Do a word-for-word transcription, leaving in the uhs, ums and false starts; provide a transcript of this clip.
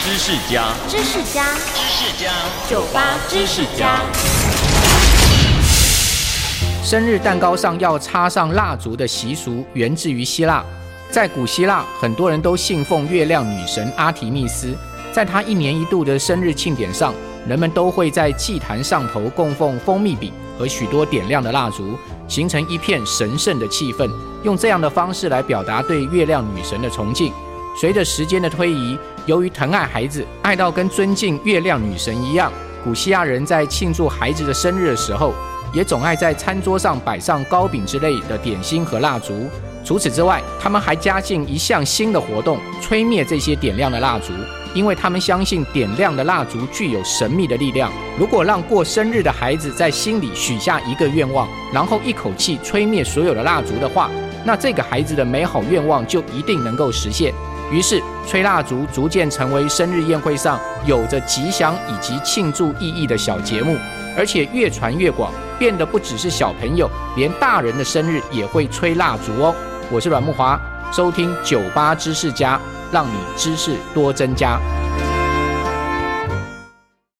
知识家， 知识家， 知识家， 酒吧知识家。 生日蛋糕上要插上蜡烛的习俗源自于希腊。在古希腊，很多人都信奉月亮女神阿提密斯，在她一年一度的生日庆典上，人们都会在祭坛上头供奉蜂蜜饼和许多点亮的蜡烛，形成一片神圣的气氛，用这样的方式来表达对月亮女神的崇敬。随着时间的推移，由于疼爱孩子，爱到跟尊敬月亮女神一样，古希腊人在庆祝孩子的生日的时候，也总爱在餐桌上摆上糕饼之类的点心和蜡烛。除此之外，他们还加进一项新的活动，吹灭这些点亮的蜡烛，因为他们相信点亮的蜡烛具有神秘的力量。如果让过生日的孩子在心里许下一个愿望，然后一口气吹灭所有的蜡烛的话，那这个孩子的美好愿望就一定能够实现。于是，吹蜡烛逐渐成为生日宴会上有着吉祥以及庆祝意义的小节目，而且越传越广，变得不只是小朋友，连大人的生日也会吹蜡烛哦。我是阮慕骅，收听酒吧知识家，让你知识多增加。